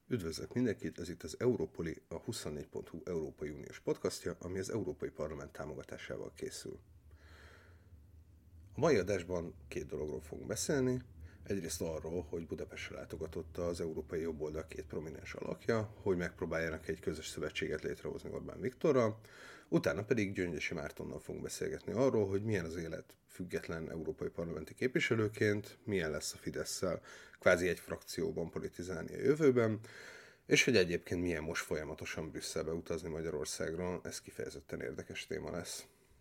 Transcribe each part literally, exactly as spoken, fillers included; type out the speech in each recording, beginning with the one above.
Üdvözlök mindenkit, ez itt az Európoli, a huszonnégy pont hu Európai Uniós podcastja, ami az Európai Parlament támogatásával készül. A mai adásban két dologról fogunk beszélni. Egyrészt arról, hogy Budapestre látogatott az európai jobboldal két prominens alakja, hogy megpróbáljanak egy közös szövetséget létrehozni Orbán Viktorral, utána pedig Gyöngyösi Mártonnal fogunk beszélgetni arról, hogy milyen az élet független európai parlamenti képviselőként, milyen lesz a Fidesszel kvázi egy frakcióban politizálni a jövőben, és hogy egyébként milyen most folyamatosan Brüsszelbe utazni Magyarországról, ez kifejezetten érdekes téma lesz.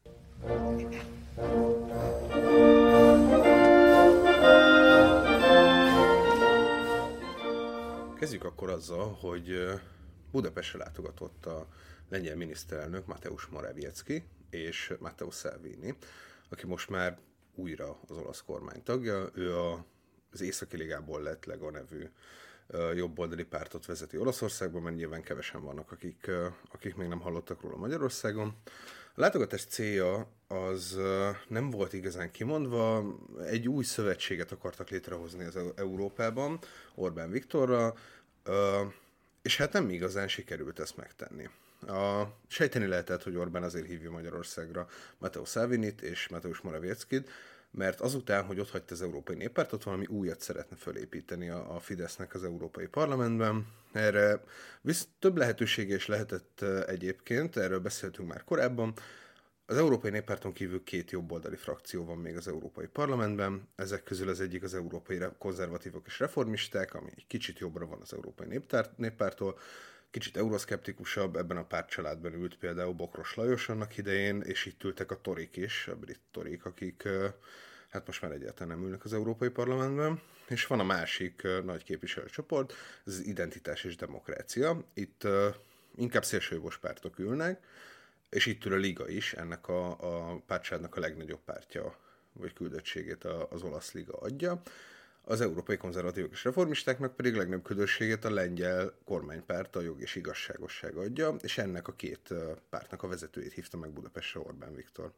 Kezdjük akkor azzal, hogy Budapestre látogatott a lengyel miniszterelnök Mateusz Morawiecki és Matteo Salvini, aki most már újra az olasz kormány tagja. Ő a, az Északi Ligából lett Lega nevű jobboldali pártot vezeti Olaszországban, mert nyilván kevesen vannak, akik, akik még nem hallottak róla Magyarországon. A látogatás célja az nem volt igazán kimondva, egy új szövetséget akartak létrehozni az Európában Orbán Viktorral, és hát nem igazán sikerült ezt megtenni. A, sejteni lehetett, hogy Orbán azért hívja Magyarországra Matteo Salvinit és Mateusz Morawieckit, mert azután, hogy ott hagyta az Európai Néppártot, valami újat szeretne fölépíteni a, a Fidesznek az Európai Parlamentben. Erre visz több lehetősége is lehetett egyébként, erről beszéltünk már korábban. Az Európai Néppárton kívül két jobboldali frakció van még az Európai Parlamentben. Ezek közül az egyik az Európai Konzervatívok és Reformisták, ami egy kicsit jobbra van az Európai Néppárt, Néppártól, kicsit euroszkeptikusabb, ebben a pártcsaládban ült például Bokros Lajos annak idején, és itt ültek a torik is, a brit torik, akik hát most már egyáltalán nem ülnek az Európai Parlamentben. És van a másik nagy képviselőcsoport, ez az Identitás és Demokrácia. Itt inkább szélsőjobbos pártok ülnek, és itt ül a Liga is, ennek a, a pártcsaládnak a legnagyobb pártja, vagy küldöttségét az olasz Liga adja. Az Európai Konzervatívok és Reformistáknak pedig legnagyobb küldöttségét a lengyel kormánypárt, a Jog és Igazságosság adja, és ennek a két pártnak a vezetőjét hívta meg Budapestre Orbán Viktor.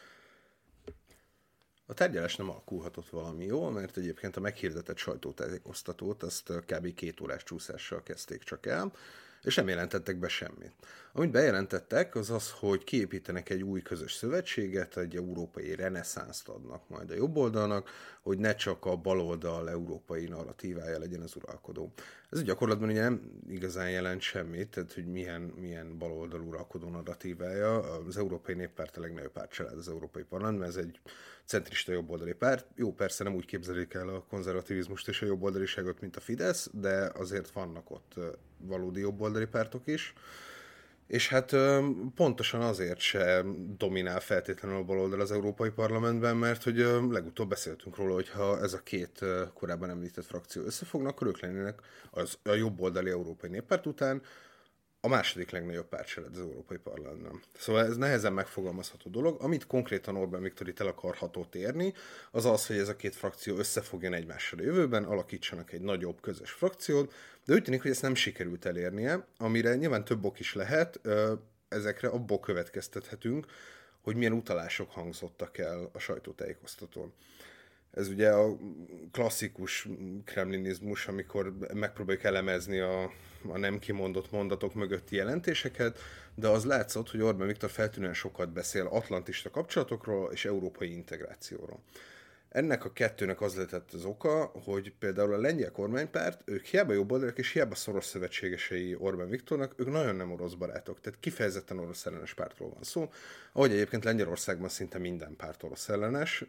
A tárgyalás nem alakulhatott valami jól, mert egyébként a meghirdetett sajtótájékoztatót azt kb. két órás csúszással kezdték csak el, és nem jelentettek be semmit. Amit bejelentettek, az az, hogy kiépítenek egy új közös szövetséget, egy európai reneszánszt adnak majd a jobboldalnak, hogy ne csak a baloldal európai narratívája legyen az uralkodó. Ez gyakorlatban ugye nem igazán jelent semmit, tehát hogy milyen, milyen baloldal uralkodó narratívája. Az Európai Néppárt a legnagyobb pártcsalád az Európai Parlamentben, ez egy centrista jobboldali párt. Jó, persze nem úgy képzelik el a konzervativizmust és a jobboldaliságot, mint a Fidesz, de azért vannak ott valódi jobboldali pártok is. És hát pontosan azért se dominál feltétlenül a baloldal az Európai Parlamentben, mert hogy legutóbb beszéltünk róla, hogy ha ez a két korábban említett frakció összefognak, akkor ők lennének az, a jobboldali Európai Néppárt után a második legnagyobb pártcsalád az Európai Parlamentben. Szóval ez nehezen megfogalmazható dolog. Amit konkrétan Orbán Viktor itt el akarhatott érni, az az, hogy ez a két frakció összefogjon egymással a jövőben, alakítsanak egy nagyobb közös frakciót, de úgy tűnik, hogy ezt nem sikerült elérnie, amire nyilván több ok is lehet, ezekre abból következtethetünk, hogy milyen utalások hangzottak el a sajtótájékoztatón. Ez ugye a klasszikus kremlinizmus, amikor megpróbáljuk elemezni a, a nem kimondott mondatok mögötti jelentéseket, de az látszott, hogy Orbán Viktor feltűnően sokat beszél atlantista kapcsolatokról és európai integrációról. Ennek a kettőnek az lehetett az oka, hogy például a lengyel kormánypárt, ők hiába jobboldaliak és hiába szoros szövetségesei Orbán Viktornak, ők nagyon nem orosz barátok, tehát kifejezetten orosz ellenes pártról van szó, ahogy egyébként Lengyelországban szinte minden párt orosz ellenes,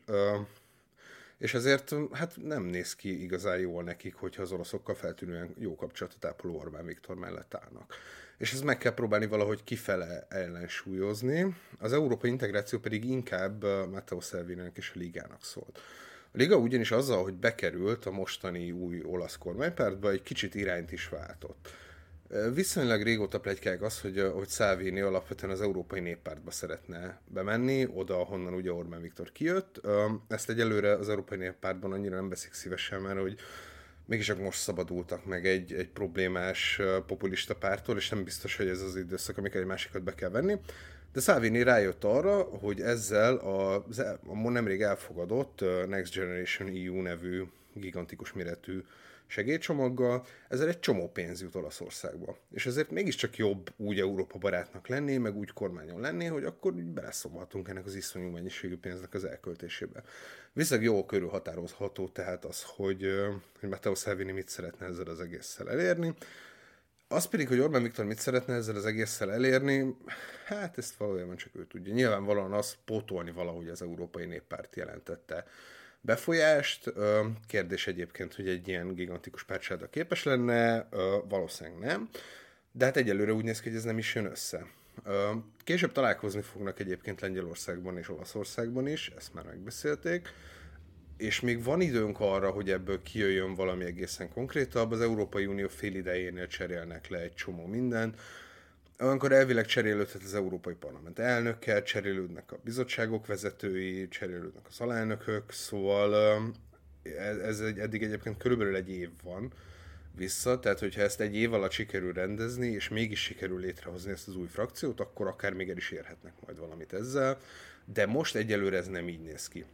és ezért hát nem néz ki igazán jól nekik, hogyha az oroszokkal feltűnően jó kapcsolatot ápoló Orbán Viktor mellett állnak. És ezt meg kell próbálni valahogy kifele ellensúlyozni, az európai integráció pedig inkább Matteo Salvininek és a Ligának szólt. A Liga ugyanis azzal, hogy bekerült a mostani új olasz kormánypártba, egy kicsit irányt is váltott. Viszonylag régóta pletykálják azt, hogy, hogy Salvini alapvetően az Európai Néppártba szeretne bemenni, oda, ahonnan ugye Orbán Viktor kijött. Ezt egyelőre az Európai Néppártban annyira nem veszik szívesen, mert hogy mégis most szabadultak meg egy, egy problémás populista pártól, és nem biztos, hogy ez az időszak, amikor egy másikat be kell venni. De Salvini rájött arra, hogy ezzel a, a nemrég elfogadott Next Generation é u nevű gigantikus méretű segélycsomaggal, ezzel egy csomó pénz jut Olaszországba. És ezért mégiscsak jobb úgy Európa barátnak lenni, meg úgy kormányon lenni, hogy akkor beleszólhatunk ennek az iszonyú mennyiségű pénznek az elköltésébe. Viszont jól körülhatározható tehát az, hogy, hogy Matteo Salvini mit szeretne ezzel az egésszel elérni. Az pedig, hogy Orbán Viktor mit szeretne ezzel az egésszel elérni, hát ezt valójában csak ő tudja. Nyilvánvalóan azt pótolni valahogy az Európai Néppárt jelentette befolyást. Kérdés egyébként, hogy egy ilyen gigantikus pártsága képes lenne, valószínűleg nem. De hát egyelőre úgy néz ki, hogy ez nem is jön össze. Később találkozni fognak egyébként Lengyelországban és Olaszországban is, ezt már megbeszélték. És még van időnk arra, hogy ebből kijöjjön valami egészen konkrétabb. Az Európai Unió fél idejénél cserélnek le egy csomó mindent. Olyankor elvileg cserélődhet az Európai Parlament elnöke, cserélődnek a bizottságok vezetői, cserélődnek az alelnökök, szóval ez egy, eddig egyébként körülbelül egy év van vissza, tehát hogyha ezt egy év alatt sikerül rendezni, és mégis sikerül létrehozni ezt az új frakciót, akkor akár még el is érhetnek majd valamit ezzel, de most egyelőre ez nem így néz ki.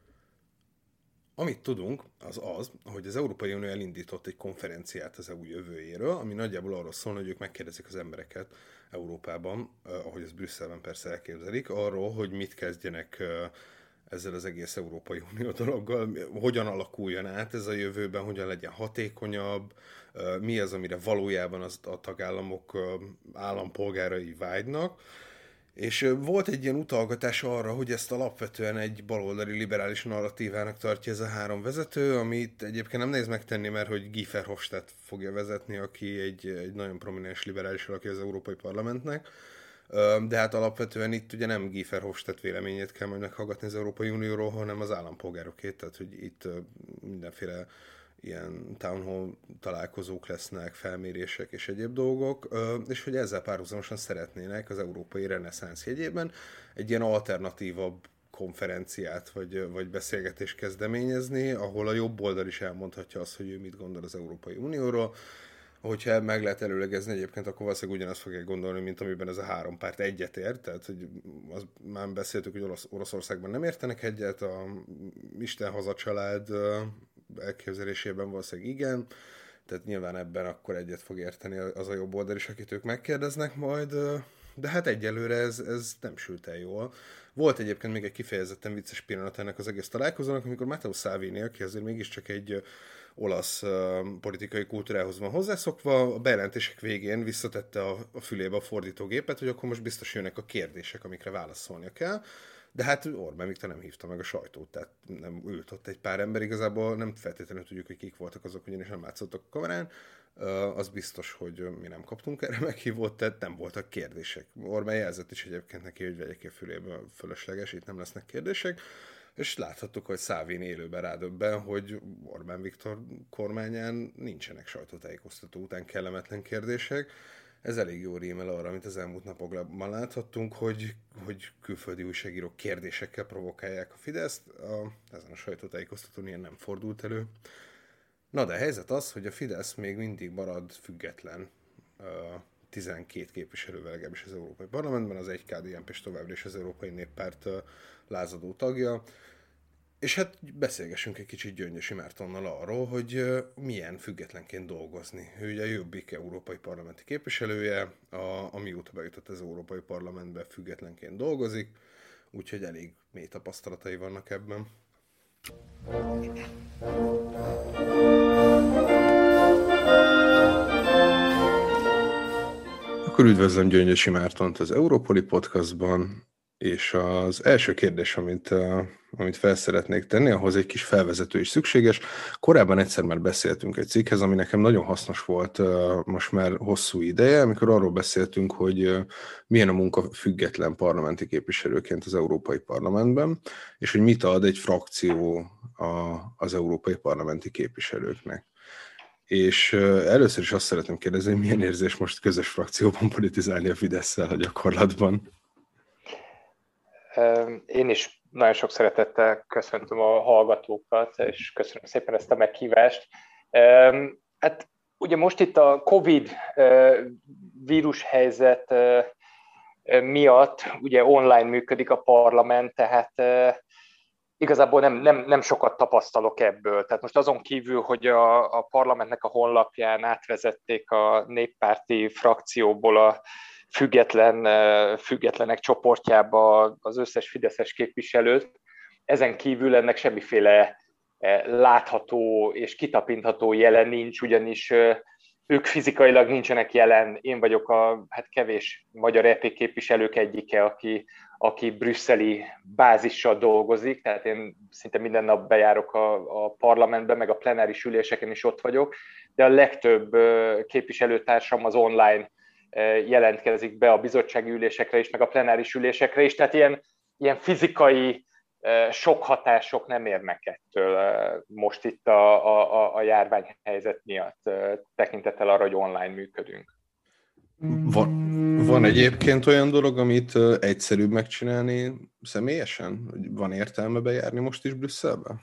Amit tudunk, az az, hogy az Európai Unió elindított egy konferenciát az é u jövőjéről, ami nagyjából arról szól, hogy ők megkérdezik az embereket Európában, ahogy ezt Brüsszelben persze elképzelik, arról, hogy mit kezdjenek ezzel az egész Európai Unió dologgal, hogyan alakuljon át ez a jövőben, hogyan legyen hatékonyabb, mi az, amire valójában az a tagállamok állampolgárai vágynak. És volt egy ilyen utalgatás arra, hogy ezt alapvetően egy baloldali liberális narratívának tartja ez a három vezető, amit egyébként nem nehéz megtenni, mert hogy Guy Verhofstadt fogja vezetni, aki egy, egy nagyon prominens liberális alakja az Európai Parlamentnek. De hát alapvetően itt ugye nem Guy Verhofstadt véleményét kell majd meghallgatni az Európai Unióról, hanem az állampolgárokét, tehát hogy itt mindenféle ilyen town hall találkozók lesznek, felmérések és egyéb dolgok, és hogy ezzel párhuzamosan szeretnének az európai reneszánsz jegyében egy ilyen alternatívabb konferenciát vagy, vagy beszélgetést kezdeményezni, ahol a jobb oldal is elmondhatja azt, hogy ő mit gondol az Európai Unióról. Hogyha meg lehet előlegezni egyébként, akkor valószínűleg ugyanazt fogják gondolni, mint amiben ez a három párt egyetért, tehát hogy az, már beszéltük, hogy Orosz, Oroszországban nem értenek egyet, a Isten haza család elképzelésében valószínűleg igen, tehát nyilván ebben akkor egyet fog érteni az a jobb oldal is, akit ők megkérdeznek majd, de hát egyelőre ez, ez nem sült el jól. Volt egyébként még egy kifejezetten vicces pillanat ennek az egész találkozónak, amikor Matteo Salvini, aki azért mégiscsak egy olasz uh, politikai kultúrához van hozzászokva, a bejelentések végén visszatette a, a fülébe a fordítógépet, hogy akkor most biztos jönnek a kérdések, amikre válaszolnia kell. De hát Orbán Viktor nem hívta meg a sajtót, tehát nem ült ott egy pár ember, igazából nem feltétlenül tudjuk, hogy kik voltak azok, ugyanis nem látszottak a kamerán. Uh, az biztos, hogy mi nem kaptunk erre meghívót, tehát nem voltak kérdések. Orbán jelzett is egyébként neki, hogy vegyek ki a fülébe, fölösleges, itt nem lesznek kérdések. És láthattuk, hogy Salvini élőben rádöbben, hogy Orbán Viktor kormányán nincsenek sajtótájékoztató után kellemetlen kérdések. Ez elég jó rímel arra, amit az elmúlt napokban láthattunk, hogy, hogy külföldi újságírók kérdésekkel provokálják a Fideszt. A, ezen a sajtótájékoztatón ilyen nem fordult elő. Na de a helyzet az, hogy a Fidesz még mindig marad független tizenkét képviselővel legalábbis az Európai Parlamentben, az egy ká dé en pé és továbbra is az Európai Néppárt lázadó tagja. És hát beszélgessünk egy kicsit Gyöngyösi Mártonnal arról, hogy milyen függetlenként dolgozni. Ő ugye a Jobbik európai parlamenti képviselője, a, amióta bejutott az Európai Parlamentbe függetlenként dolgozik, úgyhogy elég mély tapasztalatai vannak ebben. Akkor üdvözlöm Gyöngyösi Mártont az Európoli Podcastban, és az első kérdés, amit, uh, amit fel szeretnék tenni, ahhoz egy kis felvezető is szükséges. Korábban egyszer már beszéltünk egy cikkhez, ami nekem nagyon hasznos volt uh, most már hosszú ideje, amikor arról beszéltünk, hogy uh, milyen a munka független parlamenti képviselőként az Európai Parlamentben, és hogy mit ad egy frakció a, az európai parlamenti képviselőknek. És uh, először is azt szeretném kérdezni, hogy milyen érzés most közös frakcióban politizálni a Fidesszel a gyakorlatban? Én is nagyon sok szeretettel köszöntöm a hallgatókat, és köszönöm szépen ezt a meghívást. Hát ugye most itt a Covid vírushelyzet miatt ugye online működik a parlament, tehát igazából nem, nem, nem sokat tapasztalok ebből. Tehát most azon kívül, hogy a, a parlamentnek a honlapján átvezették a néppárti frakcióból a független, függetlenek csoportjába az összes fideszes képviselőt, ezen kívül ennek semmiféle látható és kitapintható jelen nincs, ugyanis ők fizikailag nincsenek jelen. Én vagyok a hát kevés magyar é pé képviselők egyike, aki, aki brüsszeli bázissal dolgozik, tehát én szinte minden nap bejárok a, a parlamentbe, meg a plenáris üléseken is ott vagyok, de a legtöbb képviselőtársam az online jelentkezik be a bizottsági ülésekre is, meg a plenáris ülésekre is, tehát ilyen, ilyen fizikai sok hatások nem érnek ettől most itt a, a, a járványhelyzet miatt, tekintettel arra, hogy online működünk. Van, van egyébként olyan dolog, amit egyszerűbb megcsinálni személyesen? Van értelme bejárni most is Brüsszelbe?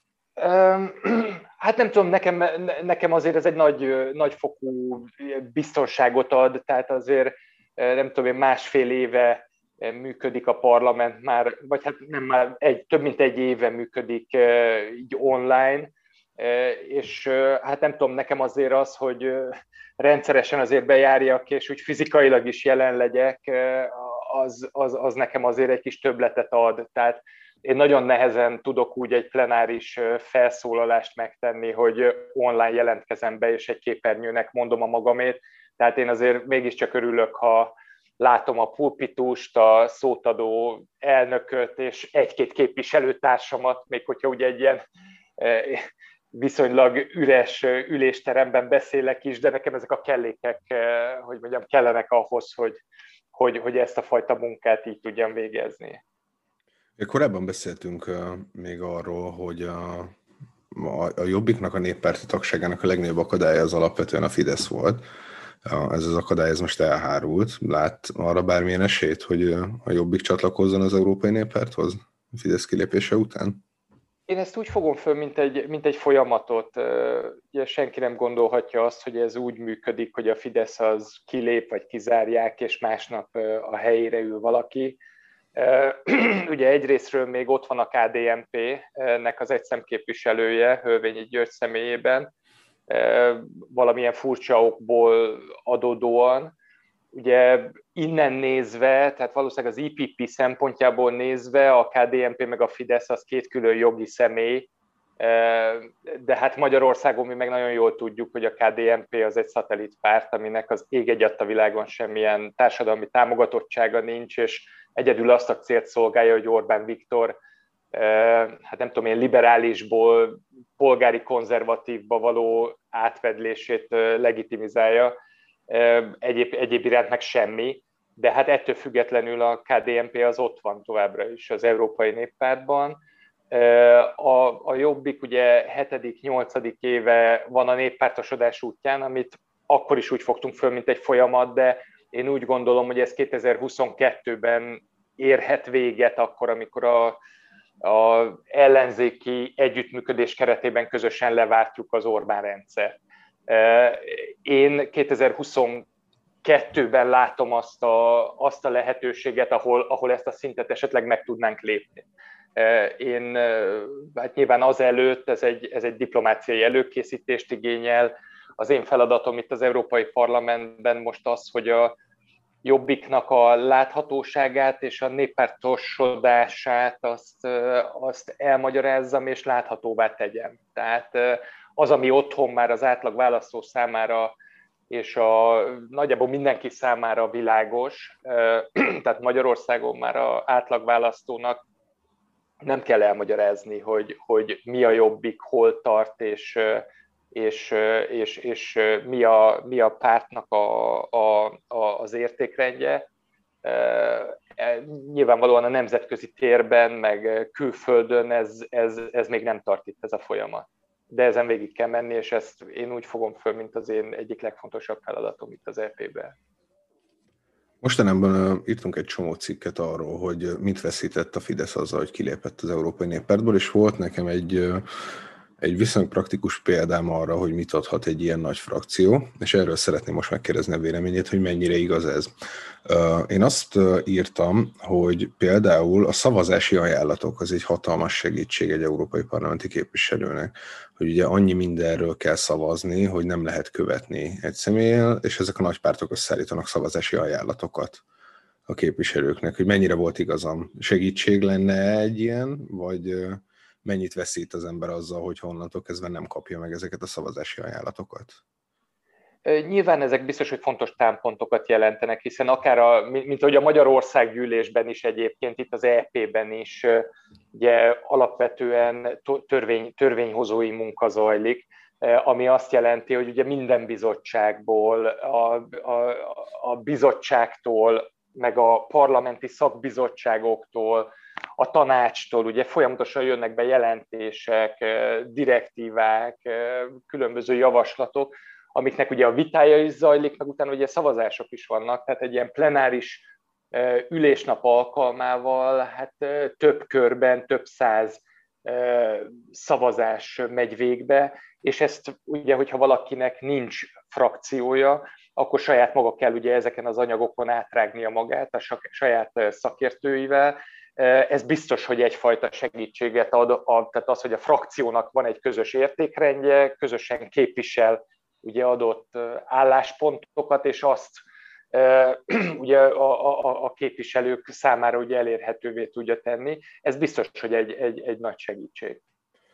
Hát nem tudom, nekem, nekem azért ez egy nagy, nagyfokú biztonságot ad, tehát azért nem tudom, én másfél éve működik a parlament már, vagy hát nem már egy, több mint egy éve működik így online, és hát nem tudom, nekem azért az, hogy rendszeresen azért bejárjak, és úgy fizikailag is jelen legyek, az, az, az nekem azért egy kis többletet ad. Tehát én nagyon nehezen tudok úgy egy plenáris felszólalást megtenni, hogy online jelentkezem be, és egy képernyőnek mondom a magamét. Tehát én azért mégiscsak örülök, ha látom a pulpitust, a szótadó elnököt, és egy-két képviselőtársamat, még hogyha ugye egy ilyen viszonylag üres ülésteremben beszélek is, de nekem ezek a kellékek, hogy mondjam, kellenek ahhoz, hogy, hogy, hogy ezt a fajta munkát így tudjam végezni. Korábban beszéltünk uh, még arról, hogy a, a, a Jobbiknak, a néppárti tagságának a legnagyobb akadálya az alapvetően a Fidesz volt. Uh, ez az akadály ez most elhárult. Lát arra bármilyen esélyt, hogy uh, a Jobbik csatlakozzon az Európai Néppárthoz a Fidesz kilépése után? Én ezt úgy fogom föl, mint egy, mint egy folyamatot. Ugye senki nem gondolhatja azt, hogy ez úgy működik, hogy a Fidesz az kilép, vagy kizárják, és másnap a helyére ül valaki. Ugye egyrésztről még ott van a ká dé en pé-nek az egyszemképviselője, Hölvényi György személyében, valamilyen furcsa okból adódóan. Ugye innen nézve, tehát valószínűleg az i pé pé szempontjából nézve a ká dé en pé meg a Fidesz az két külön jogi személy, de hát Magyarországon mi meg nagyon jól tudjuk, hogy a ká dé en pé az egy szatellitpárt, aminek az ég egyatt a világon semmilyen társadalmi támogatottsága nincs, és egyedül azt a célt szolgálja, hogy Orbán Viktor, hát nem tudom én, liberálisból polgári konzervatívba való átvedlését legitimizálja. Egyéb, egyéb iránt meg semmi, de hát ettől függetlenül a ká dé en pé az ott van továbbra is az Európai Néppártban. A, a Jobbik ugye hetedik, nyolcadik éve van a néppártosodás útján, amit akkor is úgy fogtunk föl, mint egy folyamat, de én úgy gondolom, hogy ez kétezer-huszonkettőben érhet véget akkor, amikor a, a ellenzéki együttműködés keretében közösen leváltjuk az Orbán rendszert. Én kétezer-huszonkettőben látom azt a, azt a lehetőséget, ahol, ahol ezt a szintet esetleg meg tudnánk lépni. Én hát nyilván azelőtt ez egy, ez egy diplomáciai előkészítést igényel. Az én feladatom itt az Európai Parlamentben most az, hogy a Jobbiknak a láthatóságát és a néppártosodását azt, azt elmagyarázzam és láthatóvá tegyem. Tehát az, ami otthon már az átlag választó számára és a nagyjából mindenki számára világos, tehát Magyarországon már az átlag választónak nem kell elmagyarázni, hogy, hogy mi a Jobbik, hol tart, és, és, és, és mi, a, mi a pártnak a, a, a, az értékrendje. Nyilvánvalóan a nemzetközi térben, meg külföldön ez, ez, ez még nem tart itt ez a folyamat. De ezen végig kell menni, és ezt én úgy fogom föl, mint az én egyik legfontosabb feladatom itt az é pében. Mostanában uh, írtunk egy csomó cikket arról, hogy mit veszített a Fidesz azzal, hogy kilépett az Európai Néppártból, és volt nekem egy, uh, Egy viszonylag praktikus példám arra, hogy mit adhat egy ilyen nagy frakció, és erről szeretném most megkérdezni a véleményét, hogy mennyire igaz ez. Én azt írtam, hogy például a szavazási ajánlatok az egy hatalmas segítség egy európai parlamenti képviselőnek, hogy ugye annyi mindenről kell szavazni, hogy nem lehet követni egy személlyel, és ezek a nagy pártok összeállítanak szavazási ajánlatokat a képviselőknek, hogy mennyire volt igazam. Segítség lenne egy ilyen, vagy mennyit veszít az ember azzal, hogy honnantól kezdve nem kapja meg ezeket a szavazási ajánlatokat? Nyilván ezek biztos, hogy fontos támpontokat jelentenek, hiszen akár, a, mint ahogy a Magyarország gyűlésben is egyébként, itt az é pében is ugye alapvetően törvény, törvényhozói munka zajlik, ami azt jelenti, hogy ugye minden bizottságból, a, a, a bizottságtól, meg a parlamenti szakbizottságoktól, a tanácstól ugye folyamatosan jönnek be jelentések, direktívák, különböző javaslatok, amiknek ugye a vitája is zajlik, meg utána ugye szavazások is vannak, tehát egy ilyen plenáris ülésnap alkalmával hát több körben, több száz szavazás megy végbe, és ezt ugye, hogyha valakinek nincs frakciója, akkor saját maga kell ugye ezeken az anyagokon átrágnia magát a saját szakértőivel. Ez biztos, hogy egyfajta segítséget ad, tehát az, hogy a frakciónak van egy közös értékrendje, közösen képvisel ugye adott álláspontokat, és azt ugye a, a, a képviselők számára ugye elérhetővé tudja tenni. Ez biztos, hogy egy, egy, egy nagy segítség.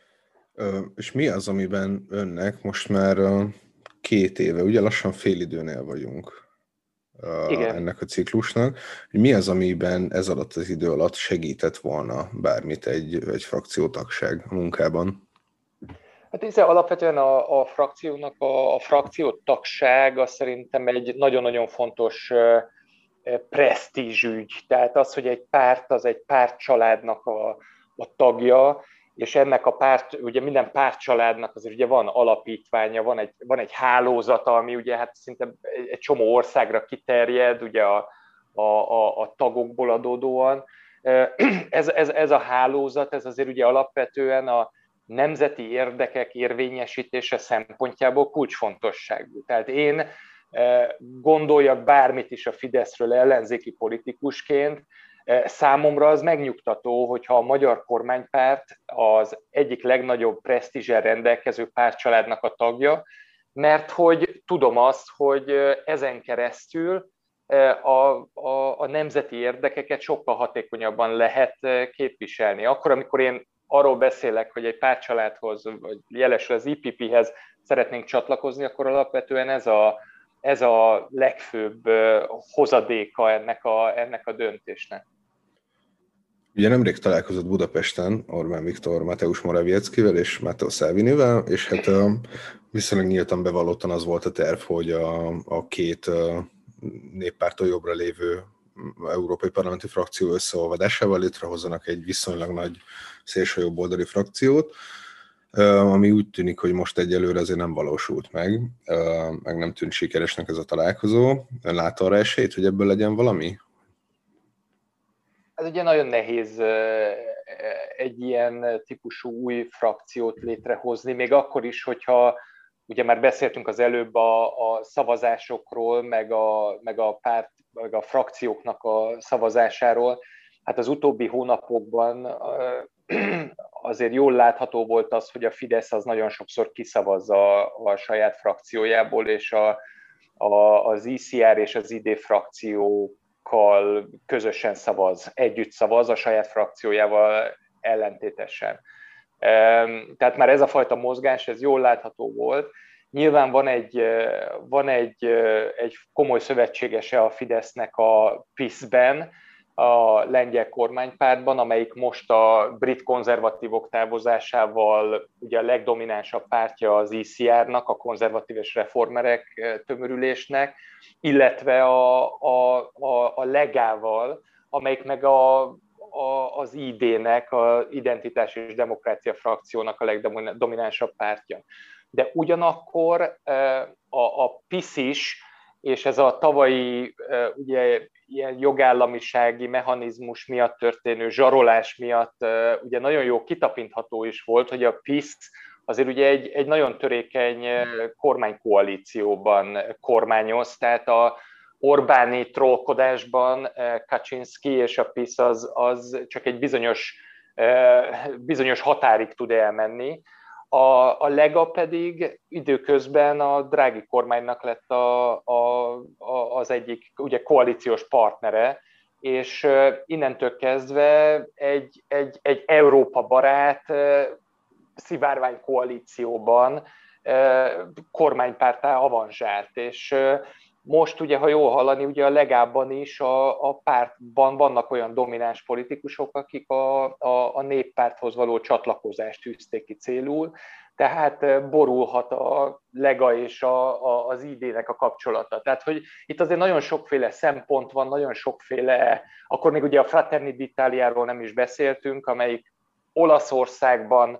És mi az, amiben önnek most már két éve, ugye lassan fél időnél vagyunk Igen. ennek a ciklusnak, hogy mi az, amiben ez alatt az idő alatt segített volna bármit egy, egy frakciótagság a munkában? Hát ez alapvetően a, a frakciónak a, a frakciótagság az szerintem egy nagyon-nagyon fontos presztízsügy. Tehát az, hogy egy párt az egy pártcsaládnak a, a tagja, és ennek a párt, ugye minden pártcsaládnak azért ugye van alapítványa, van egy, van egy hálózata, ami ugye hát szinte egy csomó országra kiterjed, ugye a, a, a, a tagokból adódóan. Ez, ez, ez a hálózat, ez azért ugye alapvetően a nemzeti érdekek érvényesítése szempontjából kulcsfontosságú. Tehát én gondoljak bármit is a Fideszről ellenzéki politikusként, számomra az megnyugtató, hogyha a magyar kormánypárt az egyik legnagyobb presztízsel rendelkező pártcsaládnak a tagja, mert hogy tudom azt, hogy ezen keresztül a, a, a nemzeti érdekeket sokkal hatékonyabban lehet képviselni. Akkor, amikor én arról beszélek, hogy egy pártcsaládhoz, vagy jelesül az i pé pé-hez szeretnénk csatlakozni, akkor alapvetően ez a, ez a legfőbb hozadéka ennek a, ennek a döntésnek. Ugye nemrég találkozott Budapesten Orbán Viktor Mateusz Morawieckivel és Matteo Salvinivel, és hát viszonylag nyíltan bevallottan az volt a terv, hogy a, a két néppártól jobbra lévő európai parlamenti frakció összeolvadásával létrehozzanak egy viszonylag nagy szélsőjobboldali frakciót, ami úgy tűnik, hogy most egyelőre azért nem valósult meg, meg nem tűnt sikeresnek ez a találkozó. Ön lát arra esélyt, hogy ebből legyen valami? Ez ugye nagyon nehéz egy ilyen típusú új frakciót létrehozni, még akkor is, hogyha ugye már beszéltünk az előbb a, a szavazásokról, meg a, meg a párt, meg a frakcióknak a szavazásáról. Hát az utóbbi hónapokban azért jól látható volt az, hogy a Fidesz az nagyon sokszor kiszavazza a, a saját frakciójából, és a, a, az i cé er és az i dé frakciókkal közösen szavaz, együtt szavaz a saját frakciójával ellentétesen. Tehát már ez a fajta mozgás, ez jól látható volt. Nyilván van egy, van egy, egy komoly szövetségese a Fidesznek a PiS-ben, a lengyel kormánypártban, amelyik most a brit konzervatívok távozásával ugye a legdominánsabb pártja az i cé er-nak, a konzervatív és reformerek tömörülésnek, illetve a, a, a, a Legával, amelyik meg a, a, az i dé-nek, az Identitás és Demokrácia frakciónak a legdominánsabb pártja. De ugyanakkor a, a PiS is, és ez a tavalyi ugye, ilyen jogállamisági mechanizmus miatt történő zsarolás miatt ugye nagyon jó kitapintható is volt, hogy a PiS azért ugye egy, egy nagyon törékeny kormánykoalícióban kormányoz, tehát a Orbáni trollkodásban Kaczynszki és a PiS az, az csak egy bizonyos, bizonyos határig tud elmenni. A, a Lega pedig időközben a Draghi kormánynak lett a, a, a, az egyik ugye, koalíciós partnere, és innentől kezdve egy, egy, egy Európa barát szivárvány koalícióban kormánypárttá avanzsált, és most ugye, ha jól hallani, ugye a Legában is a, a pártban vannak olyan domináns politikusok, akik a, a, a néppárthoz való csatlakozást tűzték ki célul, tehát borulhat a Lega és a, a, az i dé-nek a kapcsolata. Tehát, hogy itt azért nagyon sokféle szempont van, nagyon sokféle, akkor még ugye a Fratelli d'Italiáról nem is beszéltünk, amelyik Olaszországban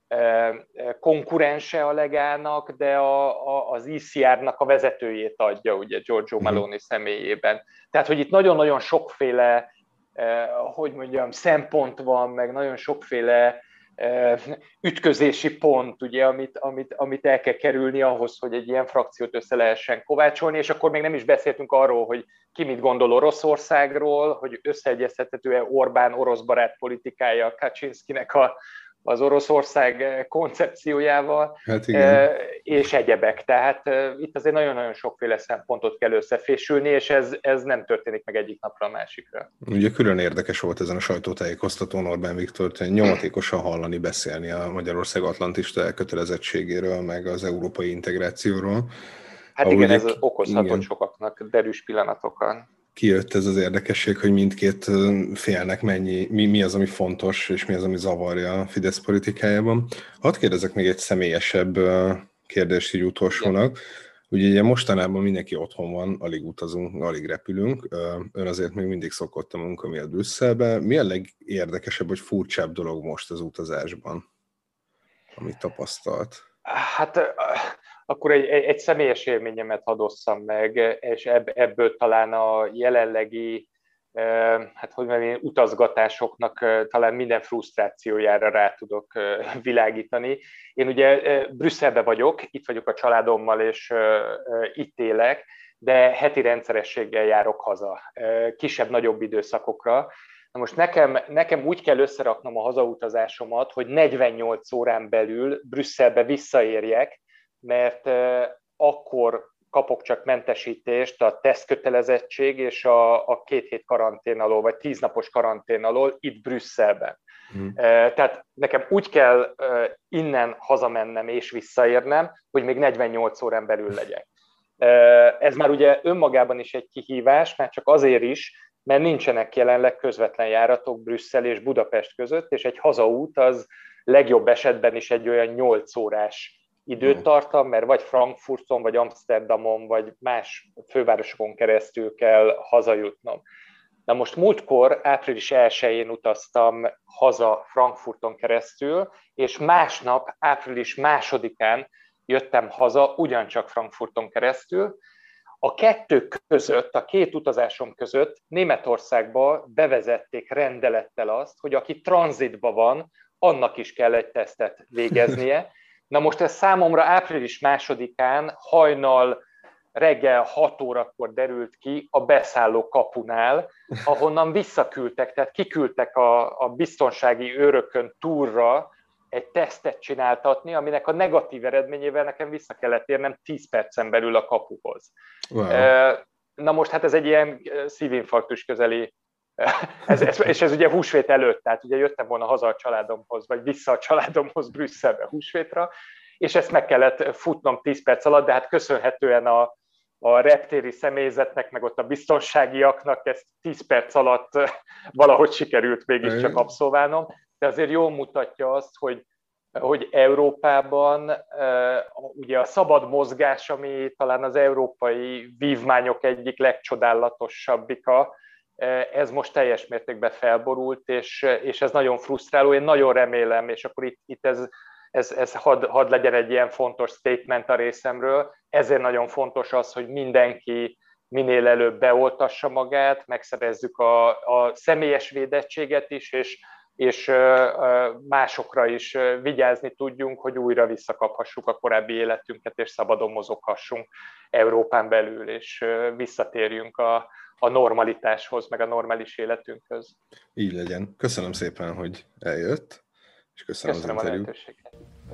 konkurense a Legának, de a, a, az i cé er-nak a vezetőjét adja, ugye Giorgio Meloni személyében. Tehát, hogy itt nagyon-nagyon sokféle, eh, hogy mondjam, szempont van, meg nagyon sokféle eh, ütközési pont, ugye, amit, amit, amit el kell kerülni ahhoz, hogy egy ilyen frakciót össze lehessen kovácsolni, és akkor még nem is beszéltünk arról, hogy ki mit gondol Oroszországról, hogy összeegyeztethető-e Orbán orosz barát politikája Kaczynszkinek a az Oroszország koncepciójával, hát igen. és egyebek. Tehát itt azért nagyon-nagyon sokféle szempontot kell összefésülni, és ez, ez nem történik meg egyik napra a másikra. Ugye külön érdekes volt ezen a sajtótájékoztatón Orbán Viktort nyomatékosan hallani beszélni a Magyarország atlantista elkötelezettségéről, meg az európai integrációról. Hát igen, ez okozhatott igen. sokaknak derűs pillanatokon. Kijött ez az érdekesség, hogy mindkét félnek mennyi, mi, mi az, ami fontos, és mi az, ami zavarja a Fidesz politikájában. Hadd kérdezek még egy személyesebb kérdést így utolsónak. Ugye, ugye mostanában mindenki otthon van, alig utazunk, alig repülünk. Ön azért még mindig szokott a munka miatt Brüsszelbe. Mi a legérdekesebb, vagy furcsább dolog most az utazásban, amit tapasztalt? Hát akkor egy, egy személyes élményemet hadd osszam meg, és ebből talán a jelenlegi hát hogy mondjam, utazgatásoknak talán minden frusztrációjára rá tudok világítani. Én ugye Brüsszelben vagyok, itt vagyok a családommal, és itt élek, de heti rendszerességgel járok haza, kisebb-nagyobb időszakokra. Na most nekem, nekem úgy kell összeraknom a hazautazásomat, hogy negyvennyolc órán belül Brüsszelbe visszaérjek, mert akkor kapok csak mentesítést a tesztkötelezettség és a, a két hét karantén alól, vagy tíz napos karantén alól itt Brüsszelben. Hmm. Tehát nekem úgy kell innen hazamennem és visszaérnem, hogy még negyvennyolc órán belül legyek. Ez már ugye önmagában is egy kihívás, mert csak azért is, mert nincsenek jelenleg közvetlen járatok Brüsszel és Budapest között, és egy hazaút az legjobb esetben is egy olyan nyolc órás időt tartam, mert vagy Frankfurton, vagy Amsterdamon, vagy más fővárosokon keresztül kell hazajutnom. Na most múltkor, április elsején utaztam haza Frankfurton keresztül, és másnap, április másodikán jöttem haza ugyancsak Frankfurton keresztül. A kettő között, a két utazásom között Németországba bevezették rendelettel azt, hogy aki tranzitban van, annak is kell egy tesztet végeznie. Na most ez számomra április másodikán hajnal reggel hat órakor derült ki a beszálló kapunál, ahonnan visszaküldtek, tehát kiküldtek a, a biztonsági őrökön túlra egy tesztet csináltatni, aminek a negatív eredményével nekem vissza kellett érnem tíz percen belül a kapuhoz. Wow. Na most hát ez egy ilyen szívinfarktus közeli, ez, ez, és ez ugye húsvét előtt, tehát ugye jöttem volna haza a családomhoz, vagy vissza a családomhoz Brüsszelbe húsvétra, és ezt meg kellett futnom tíz perc alatt, de hát köszönhetően a, a reptéri személyzetnek, meg ott a biztonságiaknak ezt tíz perc alatt valahogy sikerült mégiscsak abszolválnom, de azért jól mutatja azt, hogy, hogy Európában ugye a szabad mozgás, ami talán az európai vívmányok egyik legcsodálatosabbika, ez most teljes mértékben felborult, és, és ez nagyon frusztráló. Én nagyon remélem, és akkor itt, itt ez, ez, ez hadd had legyen egy ilyen fontos statement a részemről, ezért nagyon fontos az, hogy mindenki minél előbb beoltassa magát, megszerezzük a, a személyes védettséget is, és és másokra is vigyázni tudjunk, hogy újra visszakaphassuk a korábbi életünket, és szabadon mozoghassunk Európán belül, és visszatérjünk a, a normalitáshoz, meg a normális életünkhöz. Így legyen. Köszönöm szépen, hogy eljött, és köszönöm, köszönöm az a interjút. lehetőséget.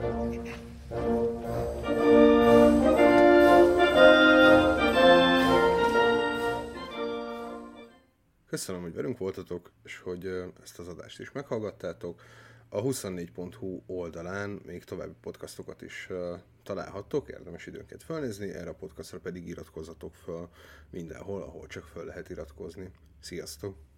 Köszönöm, hogy velünk voltatok, és hogy ezt az adást is meghallgattátok. A huszonnégy pont hu oldalán még további podcastokat is találhattok, érdemes időnként felnézni, erre a podcastra pedig iratkozzatok fel mindenhol, ahol csak fel lehet iratkozni. Sziasztok!